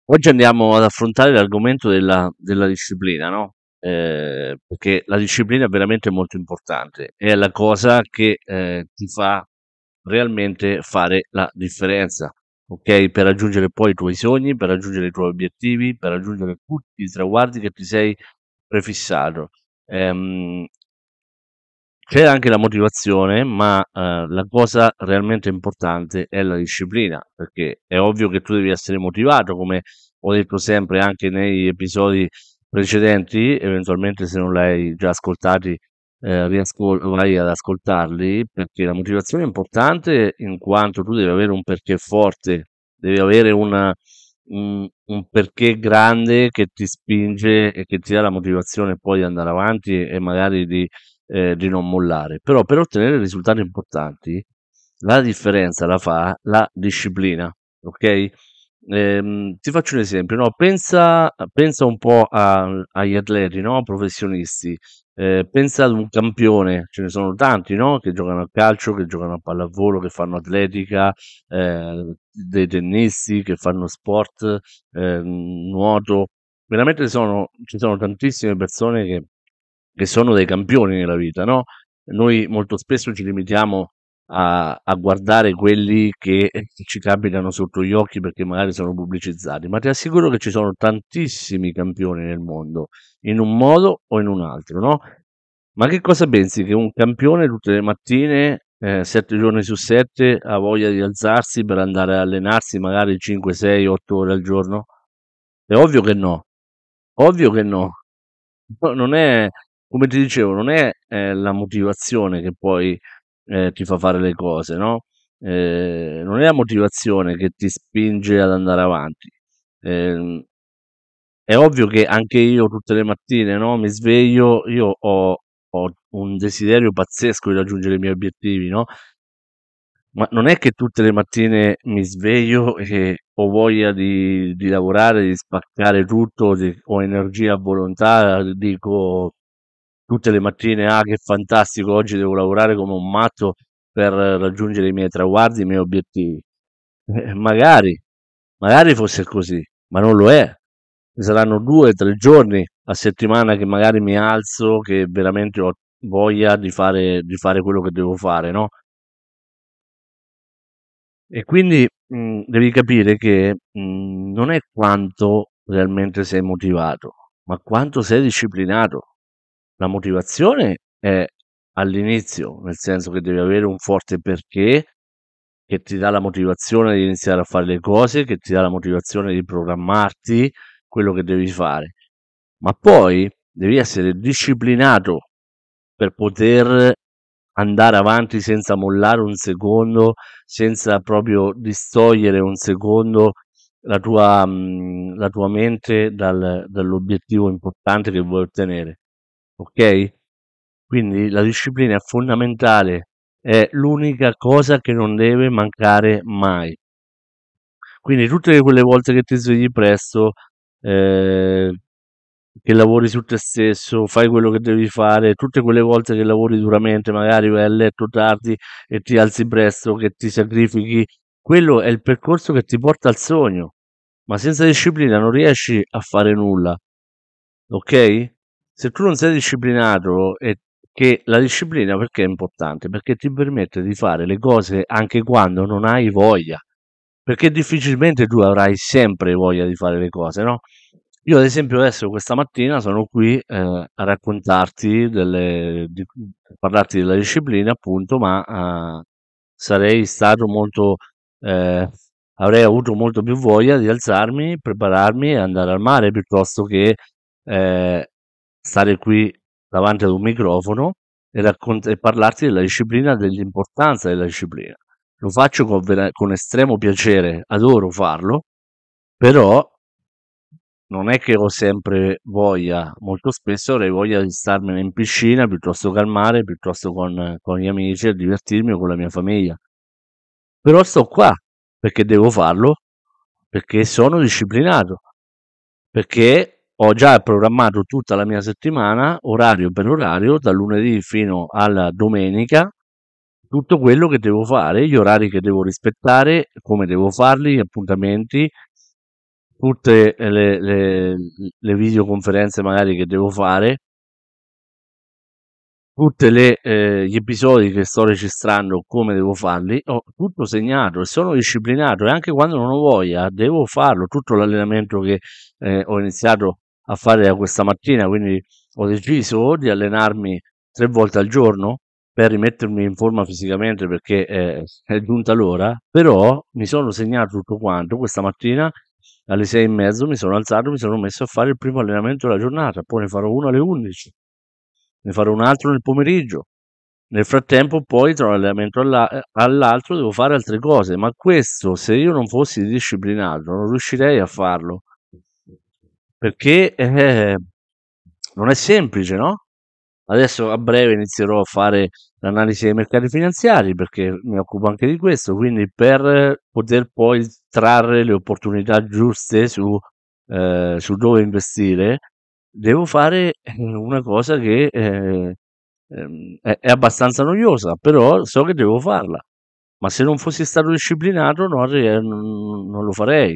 Oggi andiamo ad affrontare l'argomento della disciplina, no? Perché la disciplina è veramente molto importante, è la cosa che ti fa realmente fare la differenza, ok? Per raggiungere poi i tuoi sogni, per raggiungere i tuoi obiettivi, per raggiungere tutti i traguardi che ti sei prefissato. Ehm, C'è anche la motivazione, ma la cosa realmente importante è la disciplina, perché è ovvio che tu devi essere motivato, come ho detto sempre anche negli episodi precedenti, eventualmente se non l'hai già ascoltati, vai ad ascoltarli, perché la motivazione è importante in quanto tu devi avere un perché forte, devi avere un perché grande che ti spinge e che ti dà la motivazione poi di andare avanti e magari di non mollare. Però per ottenere risultati importanti la differenza la fa la disciplina, ok? Ti faccio un esempio, no? Pensa un po' agli atleti, no? Professionisti. Pensa ad un campione, ce ne sono tanti, no? Che giocano a calcio, che giocano a pallavolo, che fanno atletica, dei tennisti, che fanno sport, nuoto. Veramente ci sono tantissime persone che sono dei campioni nella vita, no? Noi molto spesso ci limitiamo a guardare quelli che ci capitano sotto gli occhi perché magari sono pubblicizzati, ma ti assicuro che ci sono tantissimi campioni nel mondo, in un modo o in un altro, no? Ma che cosa pensi? Che un campione tutte le mattine, 7 giorni su 7, ha voglia di alzarsi per andare a allenarsi magari 5, 6, 8 ore al giorno? È ovvio che no, ovvio che no. No, non è, come ti dicevo, non è la motivazione che poi ti fa fare le cose, no? Non è la motivazione che ti spinge ad andare avanti. Ehm, è ovvio che anche io tutte le mattine, no, mi sveglio, ho un desiderio pazzesco di raggiungere i miei obiettivi, no? Ma non è che tutte le mattine mi sveglio e ho voglia di lavorare, di spaccare tutto, ho energia a volontà, dico tutte le mattine: "Ah, che fantastico, oggi devo lavorare come un matto per raggiungere i miei traguardi, i miei obiettivi". Magari fosse così, ma non lo è. Ci saranno 2, 3 giorni a settimana che magari mi alzo, che veramente ho voglia di fare quello che devo fare, no? E quindi, devi capire che, non è quanto realmente sei motivato, ma quanto sei disciplinato. La motivazione è all'inizio, nel senso che devi avere un forte perché, che ti dà la motivazione di iniziare a fare le cose, che ti dà la motivazione di programmarti quello che devi fare. Ma poi devi essere disciplinato per poter andare avanti senza mollare un secondo, senza proprio distogliere un secondo la tua mente dall'obiettivo importante che vuoi ottenere. Ok? Quindi la disciplina è fondamentale, è l'unica cosa che non deve mancare mai. Quindi tutte quelle volte che ti svegli presto, ehm, che lavori su te stesso, fai quello che devi fare, tutte quelle volte che lavori duramente, magari vai a letto tardi e ti alzi presto, che ti sacrifichi, quello è il percorso che ti porta al sogno. Ma senza disciplina non riesci a fare nulla, ok? Se tu non sei disciplinato e che la disciplina perché è importante? Perché ti permette di fare le cose anche quando non hai voglia. Perché difficilmente tu avrai sempre voglia di fare le cose, no? Io ad esempio adesso questa mattina sono qui a raccontarti a parlarti della disciplina appunto, ma sarei stato molto, eh, avrei avuto molto più voglia di alzarmi, prepararmi e andare al mare piuttosto che eh, stare qui davanti ad un microfono e parlarti della disciplina, dell'importanza della disciplina. Lo faccio con estremo piacere, adoro farlo, però non è che ho sempre voglia, molto spesso avrei voglia di starmene in piscina piuttosto che al mare, piuttosto con gli amici a divertirmi o con la mia famiglia. Però sto qua perché devo farlo, perché sono disciplinato, perché ho già programmato tutta la mia settimana, orario per orario, dal lunedì fino alla domenica, tutto quello che devo fare, gli orari che devo rispettare, come devo farli, gli appuntamenti, tutte le videoconferenze magari che devo fare, tutte gli episodi che sto registrando, come devo farli, ho tutto segnato e sono disciplinato e anche quando non ho voglia devo farlo. Tutto l'allenamento che ho iniziato a fare da questa mattina, quindi ho deciso di allenarmi 3 volte al giorno per rimettermi in forma fisicamente perché è giunta l'ora, però mi sono segnato tutto quanto. Questa mattina alle 6:30 mi sono alzato, mi sono messo a fare il primo allenamento della giornata, poi ne farò uno alle 11, ne farò un altro nel pomeriggio. Nel frattempo poi tra un allenamento all'altro devo fare altre cose, ma questo se io non fossi disciplinato non riuscirei a farlo, perché non è semplice, no? Adesso a breve inizierò a fare l'analisi dei mercati finanziari perché mi occupo anche di questo, quindi per poter poi trarre le opportunità giuste su dove investire, devo fare una cosa che è abbastanza noiosa, però so che devo farla. Ma se non fossi stato disciplinato non lo farei.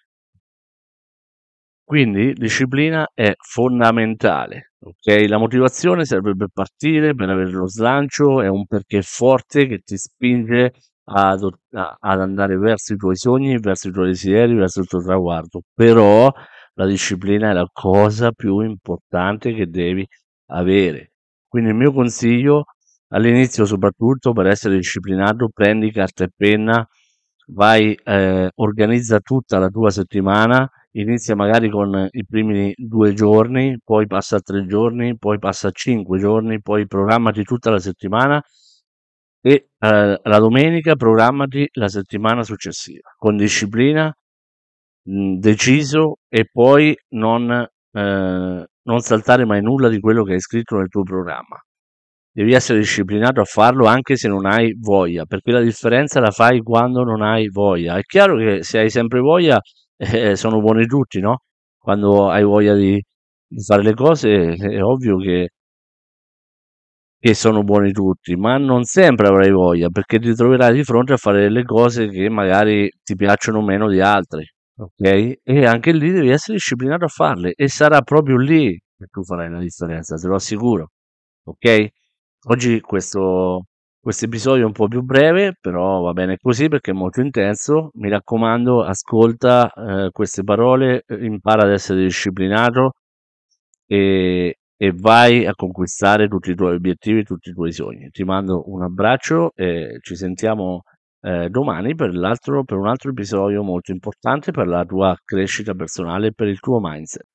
Quindi disciplina è fondamentale, ok? La motivazione serve per partire, per avere lo slancio, è un perché forte che ti spinge ad andare verso i tuoi sogni, verso i tuoi desideri, verso il tuo traguardo. Però la disciplina è la cosa più importante che devi avere. Quindi il mio consiglio, all'inizio soprattutto, per essere disciplinato, prendi carta e penna, vai, organizza tutta la tua settimana. Inizia magari con i primi 2 giorni, poi passa a 3 giorni, poi passa a 5 giorni, poi programmati tutta la settimana e la domenica programmati la settimana successiva, con disciplina, deciso e poi non saltare mai nulla di quello che hai scritto nel tuo programma. Devi essere disciplinato a farlo anche se non hai voglia, perché la differenza la fai quando non hai voglia. È chiaro che se hai sempre voglia, sono buoni tutti, no? Quando hai voglia di fare le cose, è ovvio che sono buoni tutti, ma non sempre avrai voglia, perché ti troverai di fronte a fare delle cose che magari ti piacciono meno di altre, ok? E anche lì devi essere disciplinato a farle e sarà proprio lì che tu farai la differenza, te lo assicuro, ok? Oggi questo episodio è un po' più breve, però va bene così perché è molto intenso. Mi raccomando, ascolta queste parole, impara ad essere disciplinato e vai a conquistare tutti i tuoi obiettivi, tutti i tuoi sogni. Ti mando un abbraccio e ci sentiamo domani per un altro episodio molto importante per la tua crescita personale e per il tuo mindset.